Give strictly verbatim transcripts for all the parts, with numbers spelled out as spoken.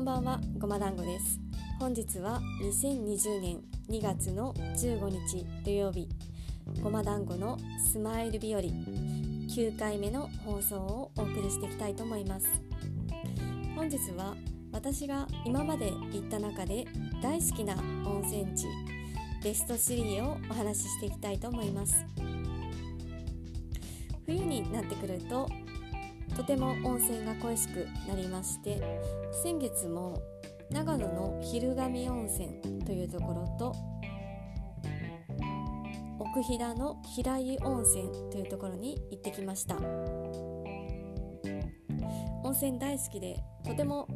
んばんは、ごま団子です。本日はにせんにじゅうねんにがつのじゅうごにち土曜日、ごま団子のスマイル日和きゅうかいめの放送をお送りしていきたいと思います。本日は私が今まで行った中で大好きな温泉地ベストスリーをお話ししていきたいと思います。冬になってくるととても温泉が恋しくなりまして、先月も長野の昼神温泉というところと奥飛騨の平湯温泉というところに行ってきました。温泉大好きで、とても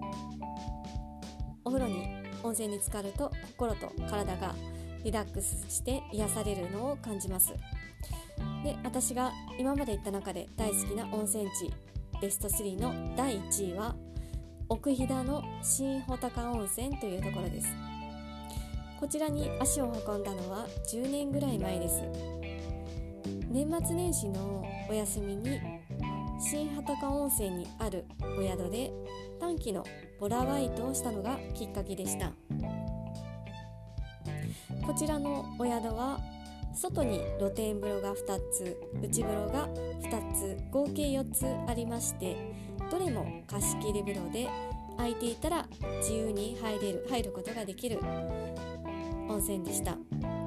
お風呂に温泉に浸かると心と体がリラックスして癒されるのを感じます。で、私が今まで行った中で大好きな温泉地ベストスリーのだいいちいは奥飛騨の新穂高温泉というところです。こちらに足を運んだのはじゅうねんぐらい前です。年末年始のお休みに新穂高温泉にあるお宿で短期のボラバイトをしたのがきっかけでした。こちらのお宿は外に露天風呂がふたつ、内風呂がふたつ、合計よっつありまして、どれも貸し切り風呂で空いていたら自由に入れる入ることができる温泉でした。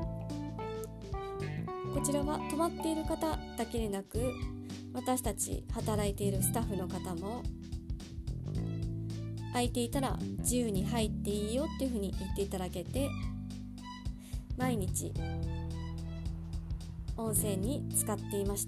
こちらは泊まっている方だけでなく、私たち働いているスタッフの方も空いていたら自由に入っていいよっていうふうに言っていただけて、毎日温泉に浸かっていました。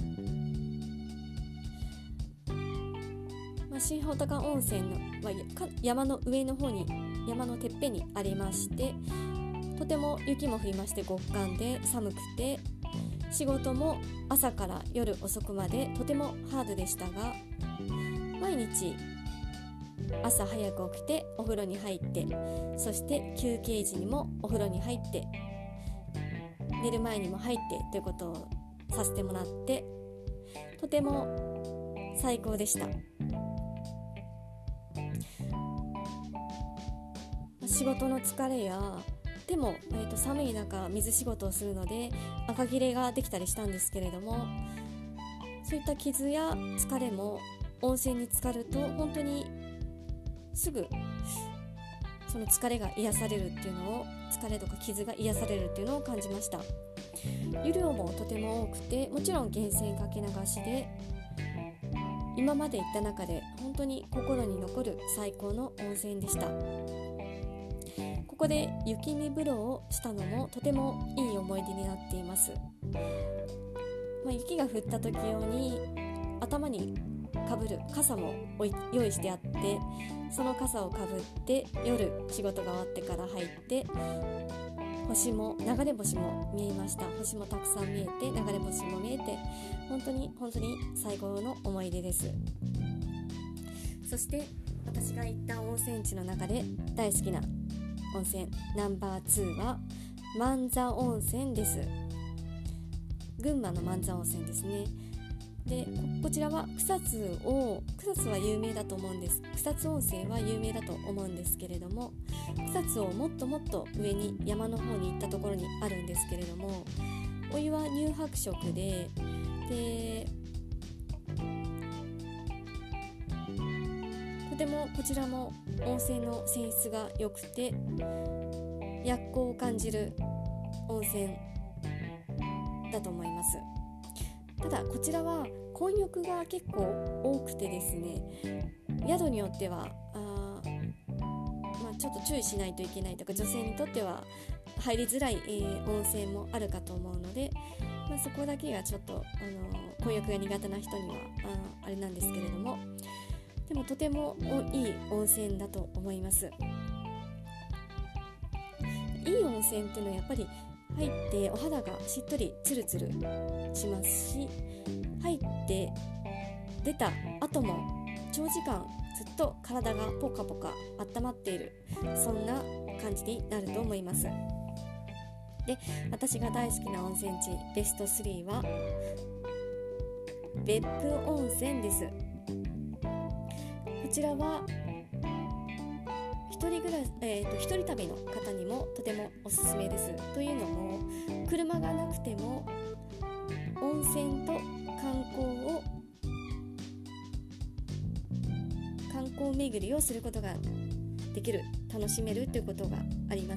まあ、新穂高温泉の、まあ、山の上の方に山のてっぺんにありまして、とても雪も降りまして極寒で寒くて、仕事も朝から夜遅くまでとてもハードでしたが、毎日朝早く起きてお風呂に入って、そして休憩時にもお風呂に入って、寝る前にも入ってということをさせてもらって、とても最高でした。仕事の疲れやでも、えーと、寒い中水仕事をするので赤切れができたりしたんですけれども、そういった傷や疲れも温泉に浸かると本当にすぐその疲れが癒されるっていうのを疲れとか傷が癒されるっていうのを感じました。湯量もとても多くて、もちろん源泉かけ流しで、今まで行った中で本当に心に残る最高の温泉でした。ここで雪見風呂をしたのもとてもいい思い出になっています。まあ、雪が降った時用に頭にかぶる傘も用意してあって、その傘をかぶって夜仕事が終わってから入って、星も流れ星も見えました。星もたくさん見えて、流れ星も見えて、本当に本当に最高の思い出です。そして私が行った温泉地の中で大好きな温泉ナンバーツーは万座温泉です。群馬の万座温泉ですね。で こ, こちらは草津を草津は有名だと思うんです草津温泉は有名だと思うんですけれども、草津をもっともっと上に山の方に行ったところにあるんですけれども、お湯は乳白色ででとてもこちらも温泉の泉質が良くて薬効を感じる温泉だと思います。ただこちらは混浴が結構多くてですね、宿によってはあ、まあ、ちょっと注意しないといけないとか、女性にとっては入りづらい、えー、温泉もあるかと思うので、まあ、そこだけがちょっと、あのー、混浴が苦手な人には あ, あれなんですけれども、でもとてもいい温泉だと思います。いい温泉っていうのはやっぱり入ってお肌がしっとりツルツルしますし、入って出た後も長時間ずっと体がポカポカ温まっている、そんな感じになると思います。で、私が大好きな温泉地ベストスリーは別府温泉です。こちらは人暮ら、えーと、一人旅の方にもとてもおすすめです。というのも、車がなくても温泉と観光を観光巡りをすることができる、楽しめるということがあります。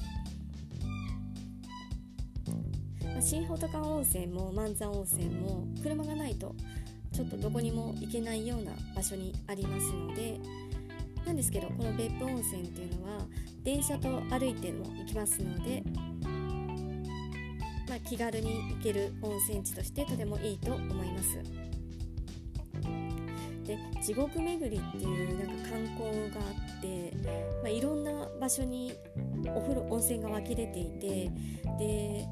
まあ、新穂高温泉も万座温泉も車がないとちょっとどこにも行けないような場所にありますので、なんですけど、この別府温泉っていうのは電車と歩いても行きますので、まあ、気軽に行ける温泉地としてとてもいいと思います。で、地獄巡りっていうなんか観光があって、まあ、いろんな場所にお風呂温泉が湧き出ていて、で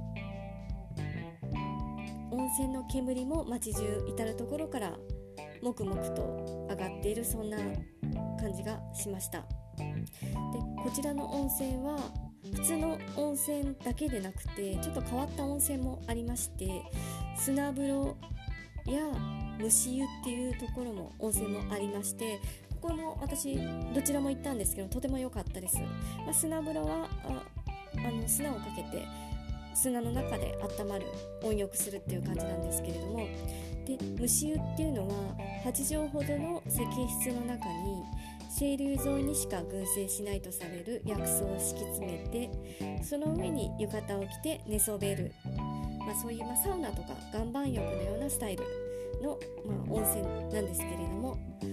温泉の煙も街中至る所からもくもくと上がっている、そんな感じがしました。で、こちらの温泉は普通の温泉だけでなくて、ちょっと変わった温泉もありまして、砂風呂や蒸し湯っていうところも温泉もありまして、ここも私どちらも行ったんですけどとても良かったです。まあ、砂風呂は あ, あの砂をかけて砂の中で温まる、温浴するっていう感じなんですけれども、で蒸し湯っていうのははち畳ほどの石室の中に清流沿いにしか群生しないとされる薬草を敷き詰めて、その上に浴衣を着て寝そべる、まあ、そういう、まあ、サウナとか岩盤浴のようなスタイルの、まあ、温泉なんですけれども、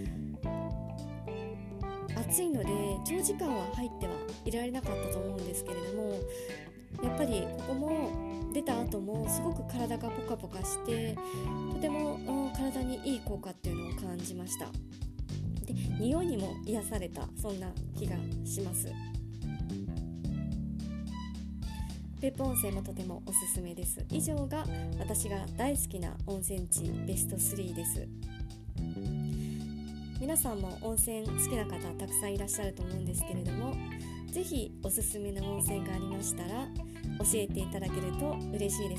暑いので長時間は入ってはいられなかったと思うんですけれども、やっぱりここも出た後もすごく体がポカポカして、とても体にいい効果っていうのを感じました。で、匂いにも癒された、そんな気がします。別府温泉もとてもおすすめです。以上が私が大好きな温泉地ベストスリーです。皆さんも温泉好きな方たくさんいらっしゃると思うんですけれども、ぜひおすすめの温泉がありましたら教えていただけると嬉しいです。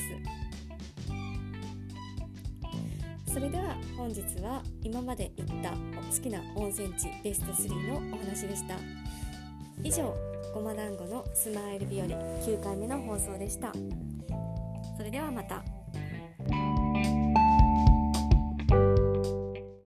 それでは本日は今まで行った好きな温泉地ベストスリーのお話でした。以上、ごま団子のスマイル日和きゅうかいめの放送でした。それではまた。